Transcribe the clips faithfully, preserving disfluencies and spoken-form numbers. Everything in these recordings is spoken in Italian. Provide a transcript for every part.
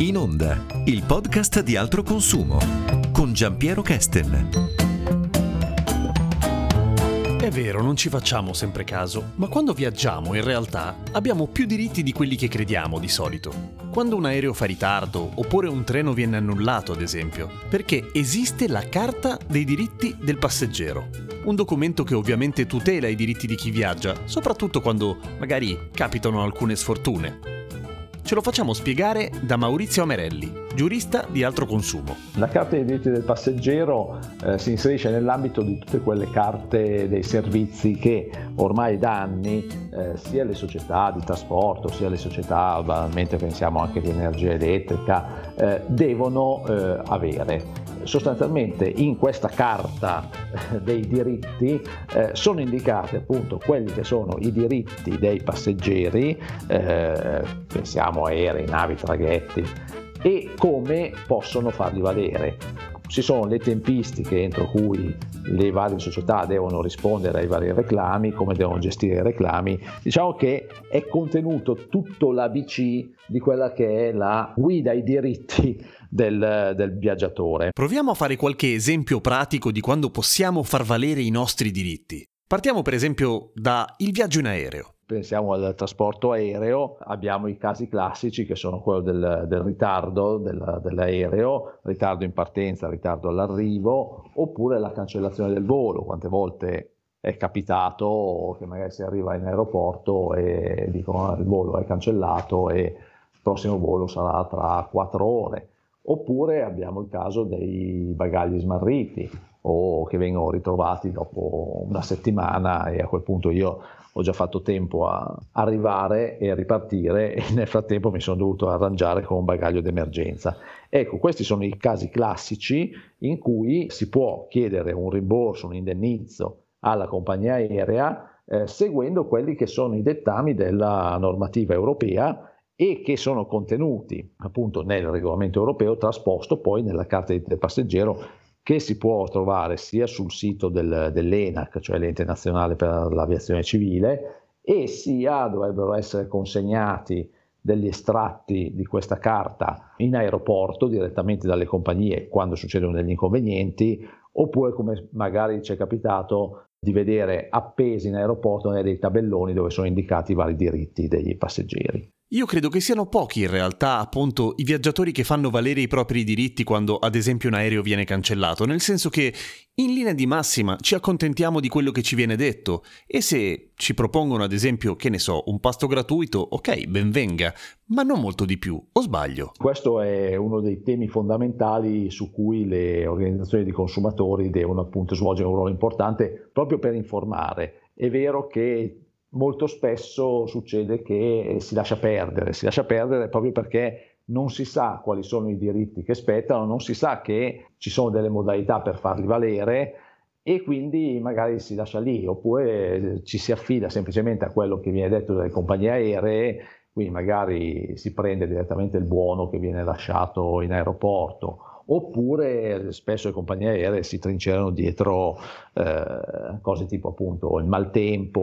In Onda, il podcast di Altro Consumo con Giampiero Kesten. È vero, non ci facciamo sempre caso, ma quando viaggiamo in realtà abbiamo più diritti di quelli che crediamo di solito. Quando un aereo fa ritardo oppure un treno viene annullato, ad esempio, perché esiste la Carta dei diritti del passeggero. Un documento che ovviamente tutela i diritti di chi viaggia, soprattutto quando magari capitano alcune sfortune. Ce lo facciamo spiegare da Maurizio Amerelli, giurista di Altro Consumo. La Carta dei diritti del passeggero eh, si inserisce nell'ambito di tutte quelle carte dei servizi che ormai da anni eh, sia le società di trasporto, sia le società, banalmente pensiamo anche di energia elettrica, eh, devono eh, avere. Sostanzialmente in questa carta dei diritti eh, sono indicati appunto quelli che sono i diritti dei passeggeri, eh, pensiamo aerei, navi, traghetti, e come possono farli valere. Ci sono le tempistiche entro cui le varie società devono rispondere ai vari reclami, come devono gestire i reclami. Diciamo che è contenuto tutto l'A B C di quella che è la guida ai diritti del, del viaggiatore. Proviamo a fare qualche esempio pratico di quando possiamo far valere i nostri diritti. Partiamo per esempio da il viaggio in aereo. Pensiamo al trasporto aereo, abbiamo i casi classici che sono quello del, del ritardo del, dell'aereo, ritardo in partenza, ritardo all'arrivo, oppure la cancellazione del volo. Quante volte è capitato che magari si arriva in aeroporto e dicono il volo è cancellato e il prossimo volo sarà tra quattro ore. Oppure abbiamo il caso dei bagagli smarriti o che vengono ritrovati dopo una settimana e a quel punto io ho già fatto tempo a arrivare e a ripartire e nel frattempo mi sono dovuto arrangiare con un bagaglio d'emergenza. Ecco, questi sono i casi classici in cui si può chiedere un rimborso, un indennizzo alla compagnia aerea eh, seguendo quelli che sono i dettami della normativa europea e che sono contenuti appunto nel regolamento europeo trasposto poi nella carta del passeggero, che si può trovare sia sul sito del, dell'ENAC, cioè l'Ente Nazionale per l'Aviazione Civile, e sia dovrebbero essere consegnati degli estratti di questa carta in aeroporto direttamente dalle compagnie quando succedono degli inconvenienti, oppure come magari ci è capitato di vedere appesi in aeroporto dei tabelloni dove sono indicati i vari diritti dei passeggeri. Io credo che siano pochi in realtà appunto i viaggiatori che fanno valere i propri diritti quando ad esempio un aereo viene cancellato, nel senso che in linea di massima ci accontentiamo di quello che ci viene detto e se ci propongono ad esempio, che ne so, un pasto gratuito, ok, ben venga, ma non molto di più, o sbaglio? Questo è uno dei temi fondamentali su cui le organizzazioni di consumatori devono appunto svolgere un ruolo importante proprio per informare. È vero che molto spesso succede che si lascia perdere, si lascia perdere proprio perché non si sa quali sono i diritti che spettano, non si sa che ci sono delle modalità per farli valere e quindi magari si lascia lì, oppure ci si affida semplicemente a quello che viene detto dalle compagnie aeree, quindi magari si prende direttamente il buono che viene lasciato in aeroporto. Oppure spesso le compagnie aeree si trincerano dietro eh, cose tipo appunto il maltempo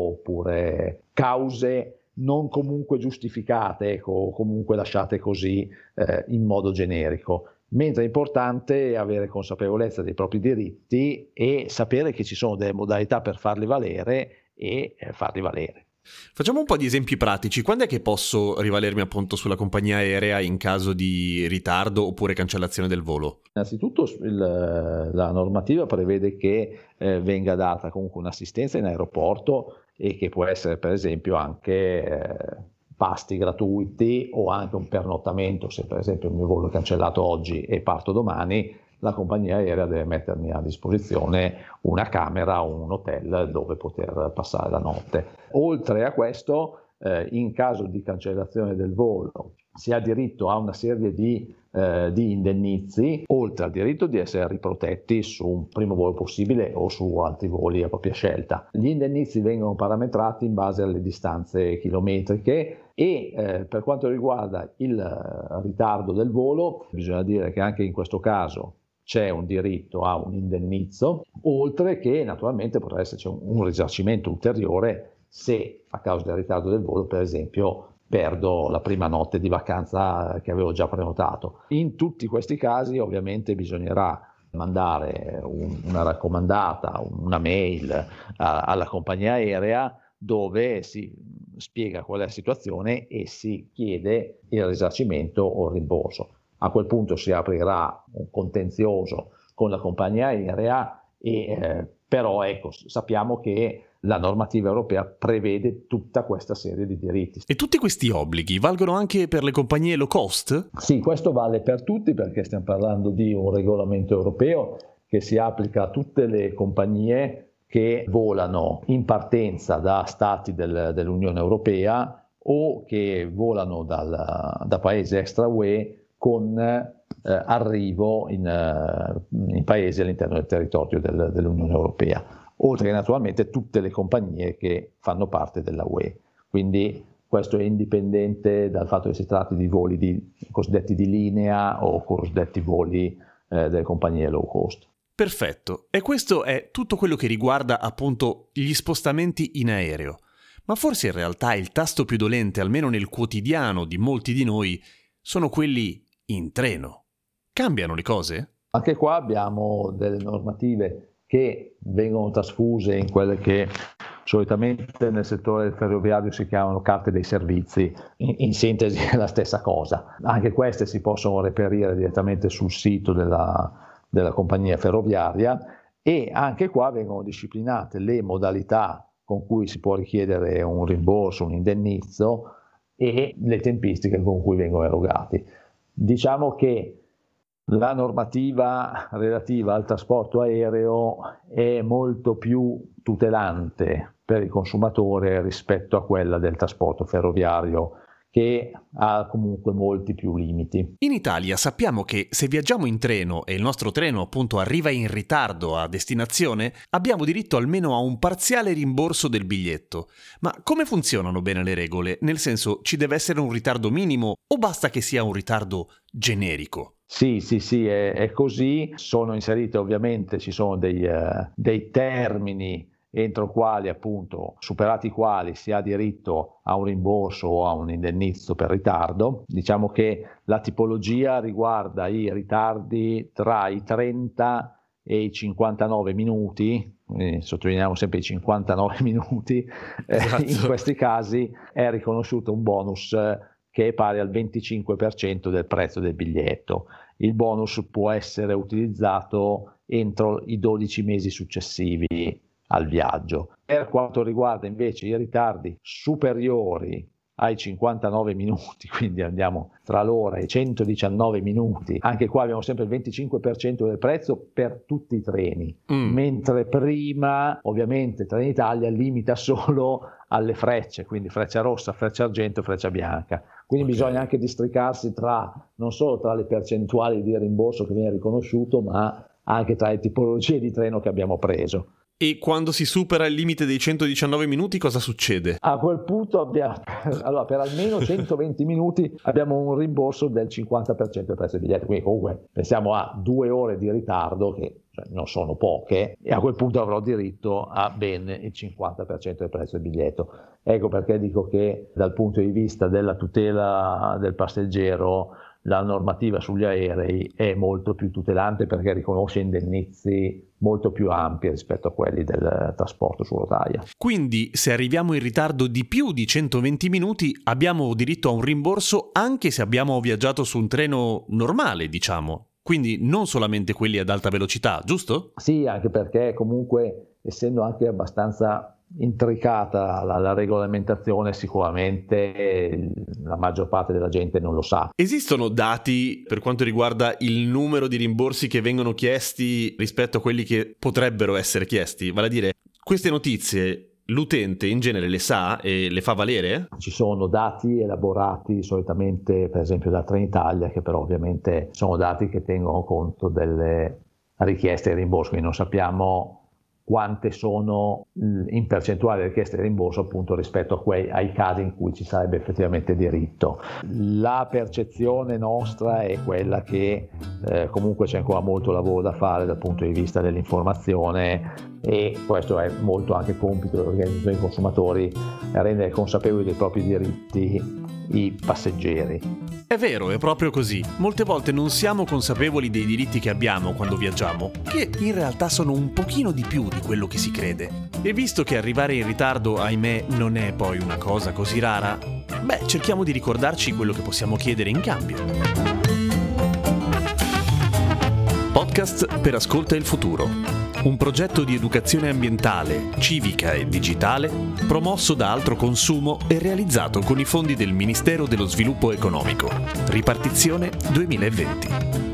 oppure cause non comunque giustificate, ecco, comunque lasciate così eh, in modo generico. Mentre è importante avere consapevolezza dei propri diritti e sapere che ci sono delle modalità per farli valere e eh, farli valere. Facciamo un po' di esempi pratici. Quando è che posso rivalermi appunto sulla compagnia aerea in caso di ritardo oppure cancellazione del volo? Innanzitutto il, la normativa prevede che eh, venga data comunque un'assistenza in aeroporto e che può essere per esempio anche eh, pasti gratuiti o anche un pernottamento. Se per esempio il mio volo è cancellato oggi e parto domani, la compagnia aerea deve mettermi a disposizione una camera o un hotel dove poter passare la notte. Oltre a questo, eh, in caso di cancellazione del volo, si ha diritto a una serie di, eh, di indennizi, oltre al diritto di essere riprotetti su un primo volo possibile o su altri voli a propria scelta. Gli indennizi vengono parametrati in base alle distanze chilometriche e eh, per quanto riguarda il ritardo del volo, bisogna dire che anche in questo caso c'è un diritto a un indennizzo, oltre che naturalmente potrà esserci un, un risarcimento ulteriore se a causa del ritardo del volo, per esempio, perdo la prima notte di vacanza che avevo già prenotato. In tutti questi casi ovviamente bisognerà mandare un, una raccomandata, una mail a, alla compagnia aerea dove si spiega qual è la situazione e si chiede il risarcimento o il rimborso. A quel punto si aprirà un contenzioso con la compagnia aerea e eh, però ecco, sappiamo che la normativa europea prevede tutta questa serie di diritti. E tutti questi obblighi valgono anche per le compagnie low cost? Sì, questo vale per tutti perché stiamo parlando di un regolamento europeo che si applica a tutte le compagnie che volano in partenza da stati del, dell'Unione Europea o che volano dal, da paesi extra U E con eh, arrivo in, eh, in paesi all'interno del territorio del, dell'Unione Europea, oltre che naturalmente tutte le compagnie che fanno parte della U E. Quindi questo è indipendente dal fatto che si tratti di voli di, cosiddetti di linea o cosiddetti voli eh, delle compagnie low cost. Perfetto, e questo è tutto quello che riguarda appunto gli spostamenti in aereo. Ma forse in realtà il tasto più dolente, almeno nel quotidiano di molti di noi, sono quelli in treno. Cambiano le cose? Anche qua abbiamo delle normative che vengono trasfuse in quelle che solitamente nel settore ferroviario si chiamano carte dei servizi, in, in sintesi è la stessa cosa. Anche queste si possono reperire direttamente sul sito della, della compagnia ferroviaria e anche qua vengono disciplinate le modalità con cui si può richiedere un rimborso, un indennizzo e le tempistiche con cui vengono erogati. Diciamo che la normativa relativa al trasporto aereo è molto più tutelante per il consumatore rispetto a quella del trasporto ferroviario, che ha comunque molti più limiti. In Italia sappiamo che se viaggiamo in treno e il nostro treno appunto arriva in ritardo a destinazione, abbiamo diritto almeno a un parziale rimborso del biglietto. Ma come funzionano bene le regole? Nel senso, ci deve essere un ritardo minimo o basta che sia un ritardo generico? Sì, sì, sì, è, è così. Sono inserite ovviamente, ci sono dei, uh, dei termini entro quali appunto, superati i quali si ha diritto a un rimborso o a un indennizzo per ritardo. Diciamo che la tipologia riguarda i ritardi tra i trenta e i cinquantanove minuti, eh, sottolineiamo sempre i cinquantanove minuti, esatto. eh, in questi casi è riconosciuto un bonus eh, che è pari al venticinque per cento del prezzo del biglietto. Il bonus può essere utilizzato entro i dodici mesi successivi al viaggio. Per quanto riguarda invece i ritardi superiori ai cinquantanove minuti, quindi andiamo tra l'ora e i centodiciannove minuti, anche qua abbiamo sempre il venticinque per cento del prezzo per tutti i treni, mm. mentre prima ovviamente Trenitalia limita solo alle frecce, quindi freccia rossa, freccia argento, freccia bianca. Quindi okay. Bisogna anche districarsi tra non solo tra le percentuali di rimborso che viene riconosciuto, ma anche tra le tipologie di treno che abbiamo preso. E quando si supera il limite dei centodiciannove minuti cosa succede? A quel punto abbiamo, allora per almeno centoventi minuti abbiamo un rimborso del cinquanta per cento del prezzo del biglietto, quindi comunque pensiamo a due ore di ritardo che cioè, non sono poche, e a quel punto avrò diritto a ben il cinquanta per cento del prezzo del biglietto. Ecco perché dico che dal punto di vista della tutela del passeggero la normativa sugli aerei è molto più tutelante perché riconosce indennizi molto più ampi rispetto a quelli del trasporto su rotaia. Quindi se arriviamo in ritardo di più di centoventi minuti abbiamo diritto a un rimborso anche se abbiamo viaggiato su un treno normale, diciamo. Quindi non solamente quelli ad alta velocità, giusto? Sì, anche perché comunque essendo anche abbastanza intricata la, la regolamentazione, sicuramente la maggior parte della gente non lo sa. Esistono dati per quanto riguarda il numero di rimborsi che vengono chiesti rispetto a quelli che potrebbero essere chiesti? Vale a dire, queste notizie l'utente in genere le sa e le fa valere? Ci sono dati elaborati solitamente per esempio da Trenitalia, che però ovviamente sono dati che tengono conto delle richieste di rimborso, quindi non sappiamo quante sono in percentuale richieste di rimborso appunto rispetto a quei, ai casi in cui ci sarebbe effettivamente diritto. La percezione nostra è quella che eh, comunque c'è ancora molto lavoro da fare dal punto di vista dell'informazione, e questo è molto anche compito dell'organizzazione dei consumatori, rendere consapevoli dei propri diritti i passeggeri. È vero, è proprio così. Molte volte non siamo consapevoli dei diritti che abbiamo quando viaggiamo, che in realtà sono un pochino di più di quello che si crede. E visto che arrivare in ritardo, ahimè, non è poi una cosa così rara, beh, cerchiamo di ricordarci quello che possiamo chiedere in cambio. Podcast per Ascolta il Futuro. Un progetto di educazione ambientale, civica e digitale promosso da Altro Consumo e realizzato con i fondi del Ministero dello Sviluppo Economico. Ripartizione duemilaventi.